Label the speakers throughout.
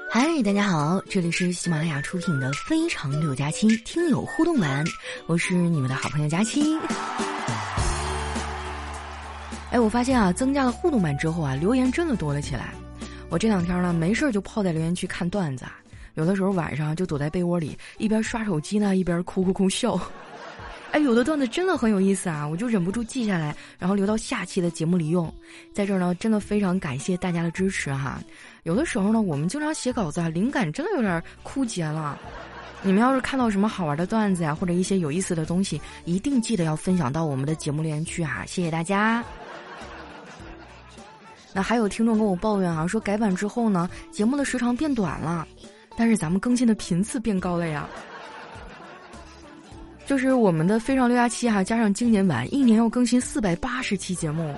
Speaker 1: 嗨，大家好，这里是喜马拉雅出品的非常六加七听友互动版，我是你们的好朋友佳期。我发现啊，增加了互动版之后啊，留言真的多了起来。我这两天呢，没事就泡在留言区看段子啊，有的时候晚上就躲在被窝里，一边刷手机呢，一边哭笑。有的段子真的很有意思啊，我就忍不住记下来，然后留到下期的节目里用。在这儿呢，真的非常感谢大家的支持哈。有的时候呢，我们经常写稿子啊，灵感真的有点枯竭了。你们要是看到什么好玩的段子呀，或者一些有意思的东西，一定记得要分享到我们的节目留言区啊，谢谢大家。那还有听众跟我抱怨啊，说改版之后呢，节目的时长变短了，但是咱们更新的频次变高了呀。就是我们的非常六加七哈，加上经典版，一年要更新480期节目，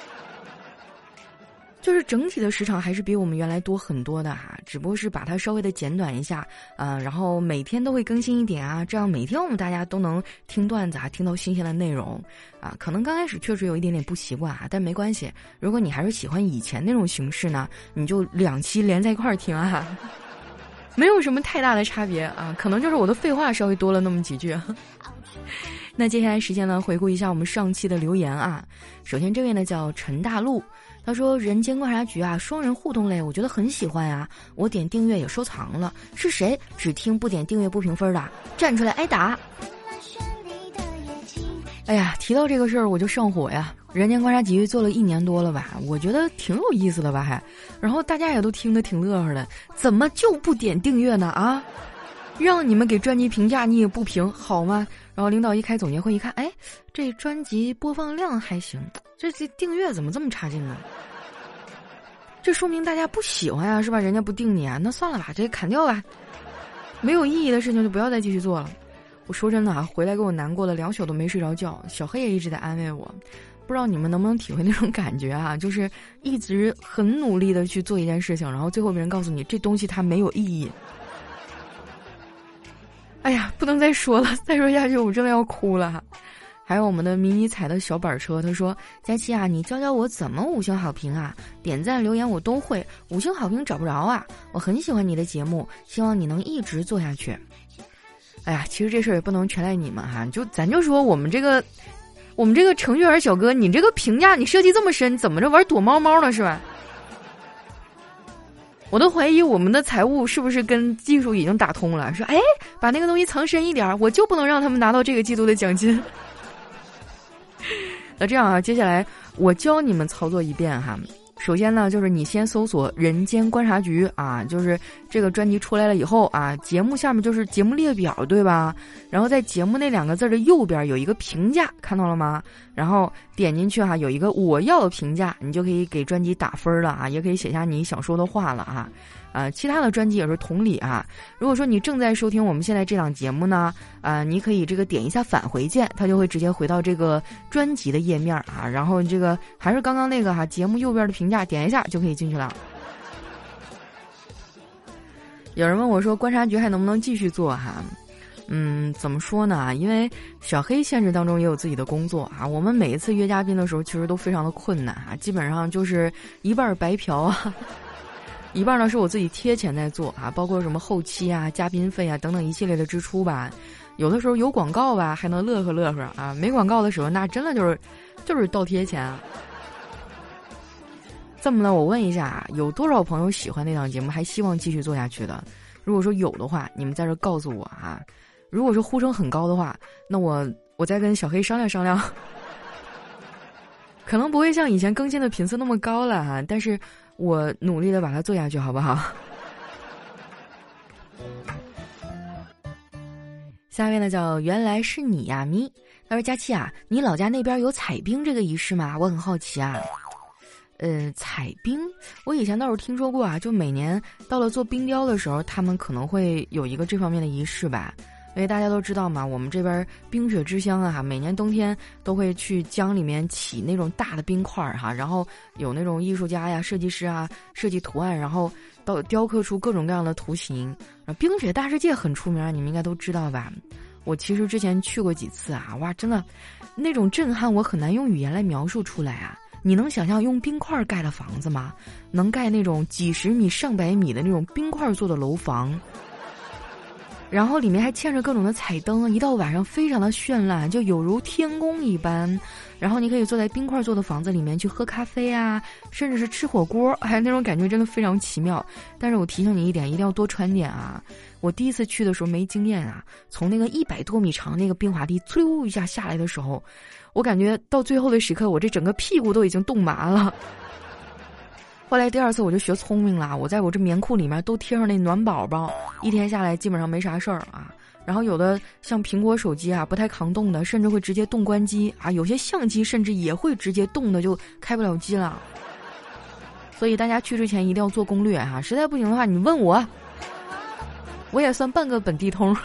Speaker 1: 就是整体的时长还是比我们原来多很多的哈，只不过是把它稍微的简短一下，然后每天都会更新一点啊，这样每天我们大家都能听段子啊，听到新鲜的内容啊。可能刚开始确实有一点点不习惯啊，但没关系，如果你还是喜欢以前那种形式呢，你就2期连在一块儿听啊。没有什么太大的差别啊，可能就是我的废话稍微多了那么几句。那接下来时间呢，回顾一下我们上期的留言啊。首先这位呢叫陈大陆，他说人间观察局啊，双人互动类我觉得很喜欢啊，我点订阅也收藏了。是谁只听不点订阅不评分的？站出来挨打！哎呀，提到这个事儿我就上火呀。人间观察局做了1年多了吧，我觉得挺有意思的吧还，然后大家也都听得挺乐呵的，怎么就不点订阅呢啊？让你们给专辑评价你也不评好吗？然后领导一开总结会一看，这专辑播放量还行，这订阅怎么这么差劲呢？这说明大家不喜欢啊，是吧？人家不定你啊，那算了吧，这砍掉吧，没有意义的事情就不要再继续做了。我说真的啊，回来给我难过了2宿都没睡着觉，小黑也一直在安慰我。不知道你们能不能体会那种感觉啊，就是一直很努力的去做一件事情，然后最后别人告诉你这东西它没有意义。哎呀，不能再说了，再说下去我真的要哭了哈。还有我们的迷你彩的小板车，他说佳期啊，你教教我怎么5星好评啊，点赞留言我都会，5星好评找不着啊，我很喜欢你的节目，希望你能一直做下去。哎呀，其实这事儿也不能全赖你们哈，咱就说我们这个程序员小哥，你这个评价你设计这么深，怎么着玩躲猫猫呢是吧？我都怀疑我们的财务是不是跟技术已经打通了，说把那个东西藏深一点，我就不能让他们拿到这个季度的奖金。那这样啊，接下来我教你们操作一遍哈。首先呢，就是你先搜索人间观察局啊，就是这个专辑出来了以后啊，节目下面就是节目列表对吧，然后在节目那2个字的右边有一个评价，看到了吗？然后点进去哈，有一个我要评价，你就可以给专辑打分了啊，也可以写下你想说的话了啊。其他的专辑也是同理啊。如果说你正在收听我们现在这档节目呢，你可以这个点一下返回键，它就会直接回到这个专辑的页面啊。然后这个还是刚刚那个哈，节目右边的评价点一下就可以进去了。有人问我说，观察局还能不能继续做哈？怎么说呢？因为小黑现实当中也有自己的工作啊。我们每一次约嘉宾的时候，其实都非常的困难啊，基本上就是一半白嫖啊。一半呢是我自己贴钱在做啊，包括什么后期啊、嘉宾费啊等等一系列的支出吧。有的时候有广告吧，还能乐呵啊；没广告的时候，那真的就是倒贴钱啊。这么呢，我问一下啊，有多少朋友喜欢那档节目，还希望继续做下去的？如果说有的话，你们在这告诉我啊。如果说呼声很高的话，那我再跟小黑商量商量。可能不会像以前更新的频次那么高了哈，但是我努力的把它做下去，好不好？下面呢叫原来是你呀咪，他说佳期啊，你老家那边有采冰这个仪式吗？我很好奇啊。采冰我以前倒是听说过啊，就每年到了做冰雕的时候，他们可能会有一个这方面的仪式吧。因为大家都知道嘛，我们这边冰雪之乡啊，每年冬天都会去江里面起那种大的冰块哈，然后有那种艺术家呀、设计师啊设计图案，然后雕刻出各种各样的图形。冰雪大世界很出名，你们应该都知道吧？我其实之前去过几次啊，哇，真的那种震撼我很难用语言来描述出来啊。 你能想象用冰块盖的房子吗？能盖那种几十米、上百米的那种冰块做的楼房，然后里面还嵌着各种的彩灯，一到晚上非常的绚烂，就有如天宫一般。然后你可以坐在冰块做的房子里面去喝咖啡啊，甚至是吃火锅，那种感觉真的非常奇妙。但是我提醒你一点，一定要多穿点啊！我第一次去的时候没经验啊，从那个100多米长那个冰滑梯嗖溜一下下来的时候，我感觉到最后的时刻，我这整个屁股都已经冻麻了。后来第二次我就学聪明了，我在我这棉裤里面都贴上那暖宝宝，一天下来基本上没啥事儿啊。然后有的像苹果手机啊不太抗冻的，甚至会直接冻关机啊，有些相机甚至也会直接冻的就开不了机了。所以大家去之前一定要做攻略啊，实在不行的话你问我，我也算半个本地通。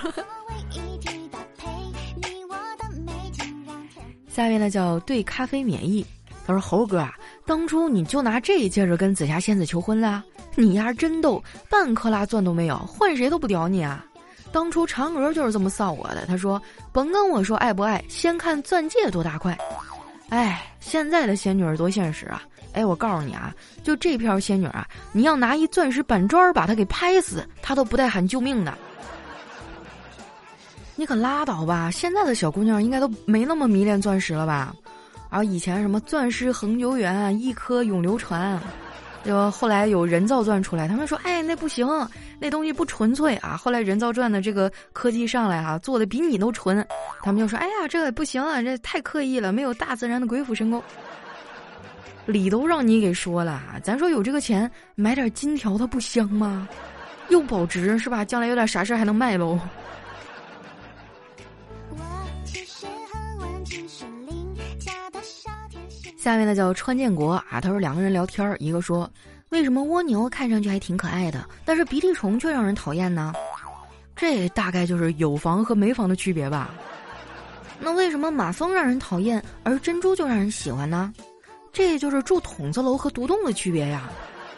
Speaker 1: 下面呢叫对咖啡免疫，他说猴哥啊，当初你就拿这劲儿跟紫霞仙子求婚了，你丫真逗，半克拉钻都没有，换谁都不屌你啊！当初嫦娥就是这么臊我的，他说甭跟我说爱不爱，先看钻戒多大块。哎，现在的仙女儿多现实啊！哎，我告诉你啊，就这票仙女啊，你要拿一钻石板砖把她给拍死，她都不带喊救命的。你可拉倒吧，现在的小姑娘应该都没那么迷恋钻石了吧？然后以前什么钻石恒久远，一颗永流传，就后来有人造钻出来，他们说哎那不行，那东西不纯粹啊。后来人造钻的这个科技上来啊，做的比你都纯，他们就说哎呀这个不行啊，这太刻意了，没有大自然的鬼斧神工。理都让你给说了，咱说有这个钱买点金条它不香吗？又保值是吧？将来有点啥事还能卖喽。下面呢叫川建国啊，他说两个人聊天，一个说为什么蜗牛看上去还挺可爱的，但是鼻涕虫却让人讨厌呢？这大概就是有房和没房的区别吧。那为什么马蜂让人讨厌，而珍珠就让人喜欢呢？这就是住筒子楼和独栋的区别呀。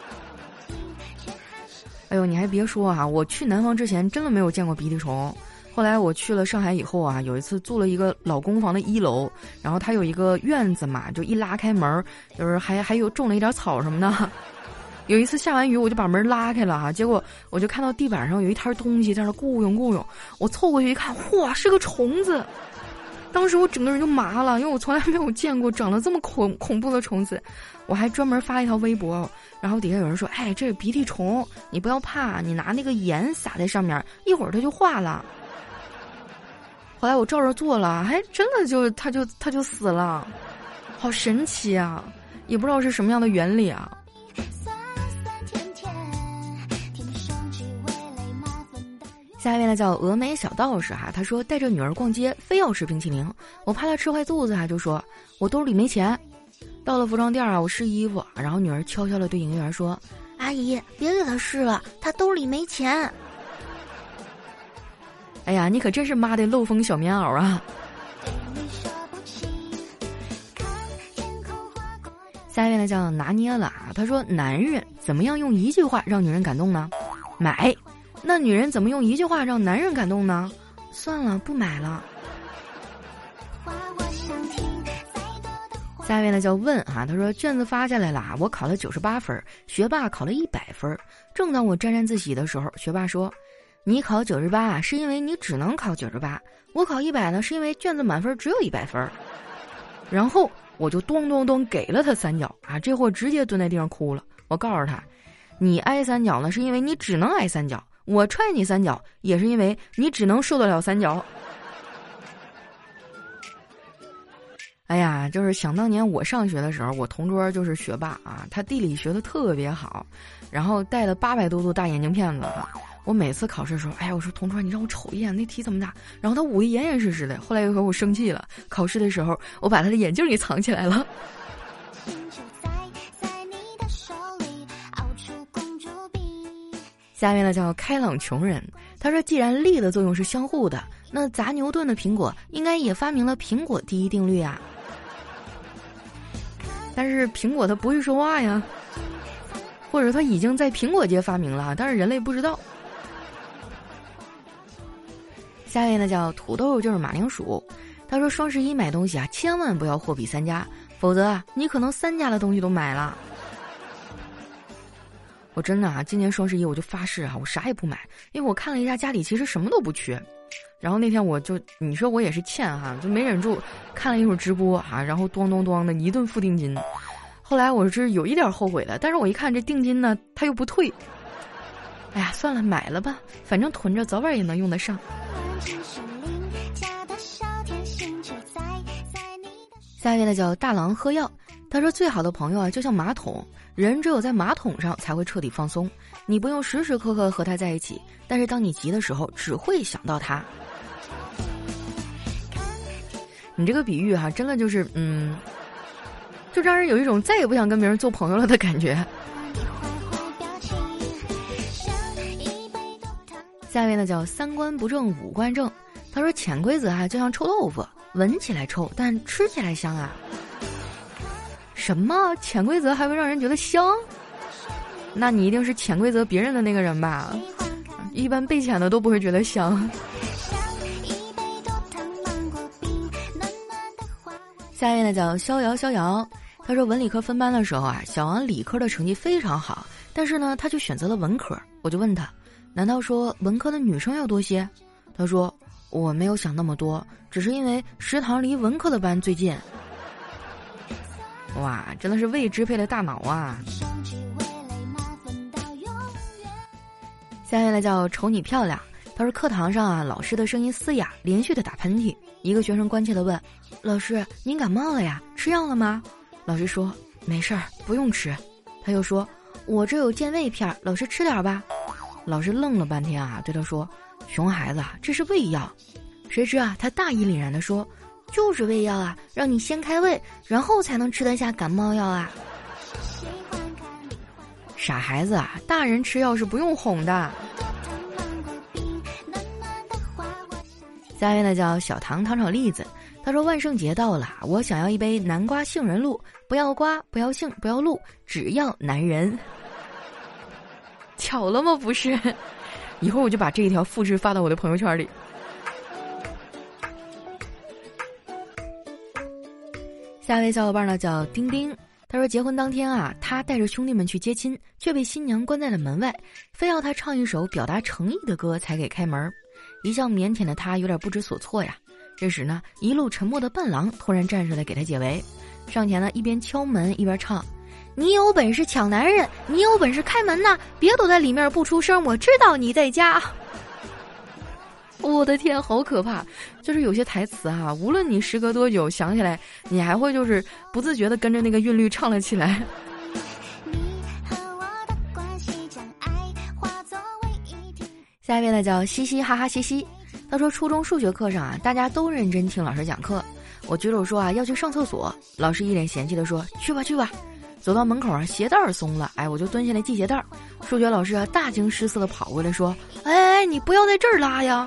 Speaker 1: 哎呦，你还别说啊，我去南方之前真的没有见过鼻涕虫。后来我去了上海以后啊，有一次住了一个老公房的1楼，然后它有一个院子嘛，就一拉开门，就是还有种了一点草什么的。有一次下完雨，我就把门拉开了啊，结果我就看到地板上有一摊东西在那雇佣雇佣，我凑过去一看，嚯，是个虫子！当时我整个人就麻了，因为我从来没有见过长得这么恐怖的虫子。我还专门发一条微博，然后底下有人说，哎，这是鼻涕虫，你不要怕，你拿那个盐撒在上面，一会儿它就化了。后来我照着做了，还真的它就死了，好神奇啊！也不知道是什么样的原理啊。下面呢叫峨眉小道士哈，他说带着女儿逛街，非要吃冰淇淋，我怕她吃坏肚子就说我兜里没钱。到了服装店啊，我试衣服，然后女儿悄悄地对营业员说：“阿姨，别给她试了，她兜里没钱。”哎呀，你可真是妈的漏风小棉袄啊！下面呢叫拿捏了啊，他说男人怎么样用一句话让女人感动呢？买。那女人怎么用一句话让男人感动呢？算了，不买了。下面呢叫问啊，他说卷子发下来了，我考了98分，学霸考了100分。正当我沾沾自喜的时候，学霸说：“你考98是因为你只能考98，我考100呢是因为卷子满分只有100分。”然后我就咚咚咚给了他3脚啊，这货直接蹲在地上哭了。我告诉他，你挨3脚呢是因为你只能挨3脚。我踹你3脚，也是因为你只能受得了3脚。哎呀，就是想当年我上学的时候，我同桌就是学霸啊，他地理学得特别好，然后戴了800多度大眼镜片子。我每次考试的时候，哎呀，我说同桌，你让我瞅一眼那题怎么答？然后他捂得严严实实的。后来有一回我生气了，考试的时候我把他的眼镜给藏起来了。下面呢叫开朗穷人，他说既然力的作用是相互的，那砸牛顿的苹果应该也发明了苹果第一定律啊。但是苹果它不会说话呀，或者它已经在苹果界发明了，但是人类不知道。下面呢叫土豆就是马铃薯，他说双11买东西啊，千万不要货比三家， 否则啊，你可能3家的东西都买了。我真的啊，今年双11我就发誓啊，我啥也不买，因为我看了一下家里其实什么都不缺。然后那天你说我也是欠哈，就没忍住看了一会儿直播啊，然后咚咚咚的一顿付定金。后来我是有一点后悔的，但是我一看这定金呢，他又不退。哎呀，算了，买了吧，反正囤着早晚也能用得上。下一位呢叫大郎喝药，他说最好的朋友啊就像马桶，人只有在马桶上才会彻底放松，你不用时时刻刻和他在一起，但是当你急的时候只会想到他。你这个比喻哈，真的就是就让人有一种再也不想跟别人做朋友了的感觉。下一位呢叫三观不正五官正，他说潜规则啊就像臭豆腐，闻起来臭，但吃起来香啊。什么潜规则还会让人觉得香？那你一定是潜规则别人的那个人吧？一般被潜的都不会觉得香。下一位呢叫逍遥逍遥，他说文理科分班的时候啊，小王理科的成绩非常好，但是呢他却选择了文科。我就问他，难道说文科的女生要多些？他说我没有想那么多，只是因为食堂离文科的班最近。哇，真的是未支配的大脑啊。下一位呢叫瞅你漂亮，他说课堂上啊，老师的声音嘶哑，连续的打喷嚏，一个学生关切的问，老师您感冒了呀，吃药了吗？老师说没事儿，不用吃。他又说我这有健胃片，老师吃点吧。老师愣了半天啊，对他说熊孩子这是胃药。谁知啊他大义凛然地说，就是胃药啊，让你先开胃，然后才能吃得下感冒药啊。傻孩子啊，大人吃药是不用哄的。下一位呢叫小糖糖炒栗子，他说万圣节到了，我想要一杯南瓜杏仁露，不要瓜，不要杏，不要露，只要男人。巧了吗？不是，以后我就把这一条复制发到我的朋友圈里。下一位小伙伴呢叫丁丁，他说结婚当天啊，他带着兄弟们去接亲，却被新娘关在了门外，非要他唱一首表达诚意的歌才给开门。一向腼腆的他有点不知所措呀。这时呢，一路沉默的伴郎突然站出来给他解围，上前呢一边敲门一边唱，你有本事抢男人，你有本事开门呐，别躲在里面不出声，我知道你在家。我的天，好可怕！就是有些台词啊，无论你时隔多久想起来，你还会就是不自觉地跟着那个韵律唱了起来。下一位呢叫嘻嘻哈哈嘻嘻，他说初中数学课上啊，大家都认真听老师讲课，我举手说啊要去上厕所，老师一脸嫌弃地说去吧去吧。走到门口啊，鞋带松了，我就蹲下来系鞋带。数学老师啊大惊失色地跑过来说，哎，你不要在这儿拉呀。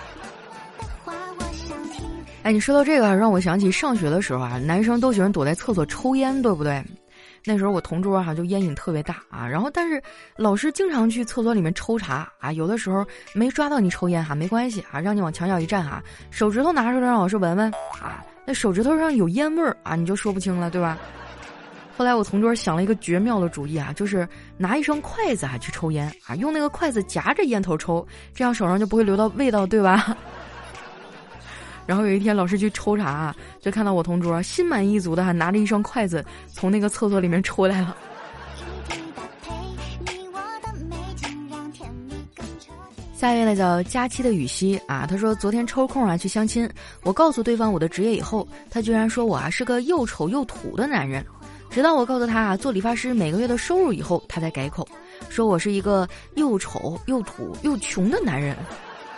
Speaker 1: 你说到这个让我想起上学的时候啊，男生都喜欢躲在厕所抽烟，对不对？那时候我同桌就烟瘾特别大啊，然后但是老师经常去厕所里面抽查啊，有的时候没抓到你抽烟没关系啊，让你往墙角一站手指头拿出来让老师闻闻啊，那手指头上有烟味儿啊，你就说不清了，对吧？后来我同桌想了一个绝妙的主意就是拿一双筷子去抽烟用那个筷子夹着烟头抽，这样手上就不会流到味道，对吧？然后有一天老师去抽查就看到我同桌心满意足的拿着一双筷子从那个厕所里面抽来了。下一位呢叫佳期的雨熙他说昨天抽空去相亲，我告诉对方我的职业以后，他居然说我是个又丑又土的男人，直到我告诉他做理发师每个月的收入以后，他才改口，说我是一个又丑又土又穷的男人。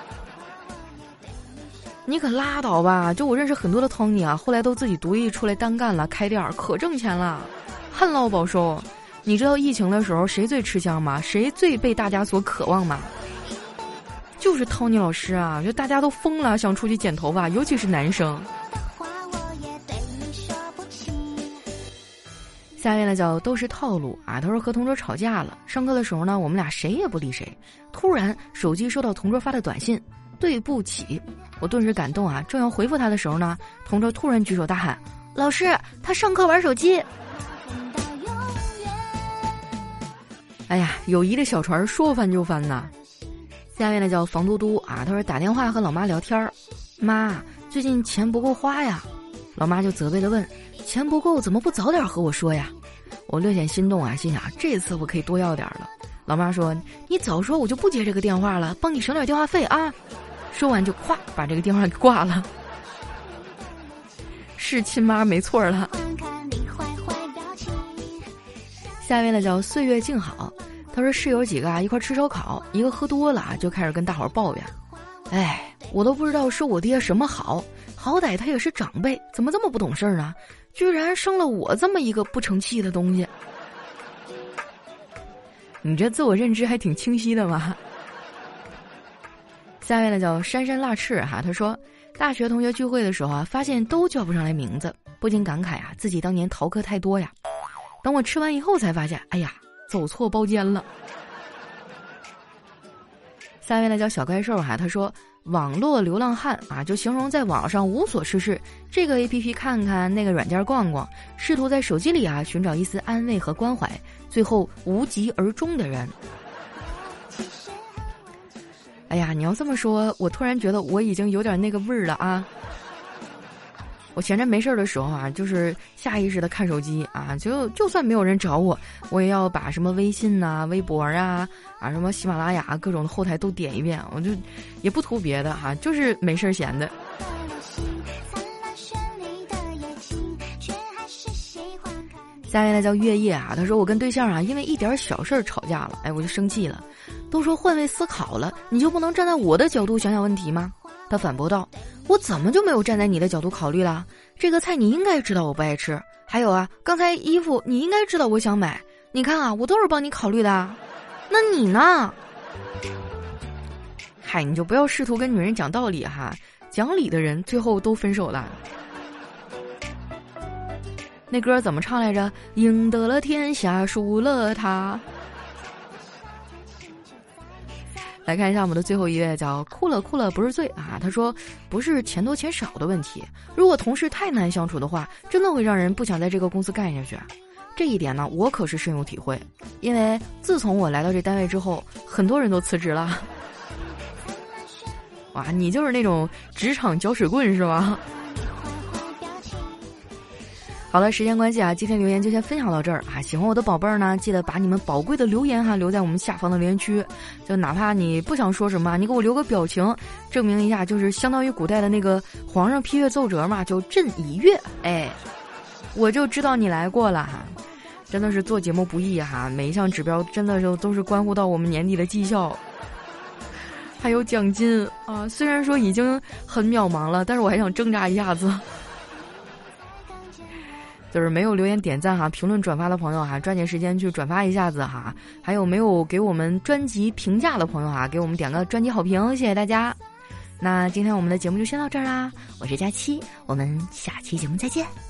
Speaker 1: 你可拉倒吧，就我认识很多的 Tony 后来都自己独立出来单干了，开店可挣钱了，旱涝保收。你知道疫情的时候谁最吃香吗？谁最被大家所渴望吗？就是 Tony 老师就大家都疯了，想出去剪头发，尤其是男生。下面呢叫都是套路他说和同桌吵架了，上课的时候呢，我们俩谁也不理谁，突然手机收到同桌发的短信，对不起。我顿时感动正要回复他的时候呢，同桌突然举手大喊， 老师，他上课玩手机。哎呀，友谊的小船说翻就翻呐。下面呢叫房嘟嘟啊，他说打电话和老妈聊天，妈，最近钱不够花呀。老妈就责备地问，钱不够怎么不早点和我说呀？我略显心动啊，心想这次我可以多要点了。老妈说，你早说我就不接这个电话了，帮你省点电话费啊。说完就咵把这个电话给挂了。是亲妈没错了。下面呢叫岁月静好，他说室友几个啊一块吃烧烤，一个喝多了啊就开始跟大伙儿抱怨，哎，我都不知道说我爹什么好，好歹他也是长辈，怎么这么不懂事儿呢？居然生了我这么一个不成器的东西。你这自我认知还挺清晰的嘛。下面呢叫姗姗辣翅哈，他说大学同学聚会的时候啊，发现都叫不上来名字，不禁感慨啊自己当年逃课太多呀。等我吃完以后才发现，哎呀，走错包间了。下面呢叫小怪兽哈，他说网络流浪汉啊，就形容在网上无所事事，这个 APP 看看，那个软件逛逛，试图在手机里啊寻找一丝安慰和关怀，最后无疾而终的人。哎呀，你要这么说，我突然觉得我已经有点那个味儿了啊。我闲着没事的时候啊，就是下意识的看手机啊，就算没有人找我，我也要把什么微信呐、微博啊、什么喜马拉雅各种的后台都点一遍，我就也不图别的哈，就是没事闲的。下面呢叫月夜啊，他说我跟对象啊因为一点小事吵架了，哎，我就生气了。都说换位思考了，你就不能站在我的角度想想问题吗？他反驳道，我怎么就没有站在你的角度考虑了？这个菜你应该知道我不爱吃，还有啊，刚才衣服你应该知道我想买，你看啊，我都是帮你考虑的，那你呢？嗨，你就不要试图跟女人讲道理哈，讲理的人最后都分手了。那歌怎么唱来着？赢得了天下，输了他。来看一下我们的最后一位，叫哭了哭了不是罪啊。他说不是钱多钱少的问题，如果同事太难相处的话，真的会让人不想在这个公司干下去。这一点呢，我可是深有体会，因为自从我来到这单位之后，很多人都辞职了。哇，你就是那种职场搅水棍是吧？好了，时间关系啊，今天留言就先分享到这儿啊！喜欢我的宝贝儿呢，记得把你们宝贵的留言哈留在我们下方的留言区，就哪怕你不想说什么，你给我留个表情，证明一下，就是相当于古代的那个皇上批阅奏折嘛，就朕已阅，哎，我就知道你来过了哈。真的是做节目不易哈，每一项指标真的都是关乎到我们年底的绩效，还有奖金啊。虽然说已经很渺茫了，但是我还想挣扎一下子。就是没有留言点赞哈、评论转发的朋友哈，抓紧时间去转发一下子哈。还有没有给我们专辑评价的朋友哈，给我们点个专辑好评，谢谢大家。那今天我们的节目就先到这儿啦，我是佳期，我们下期节目再见。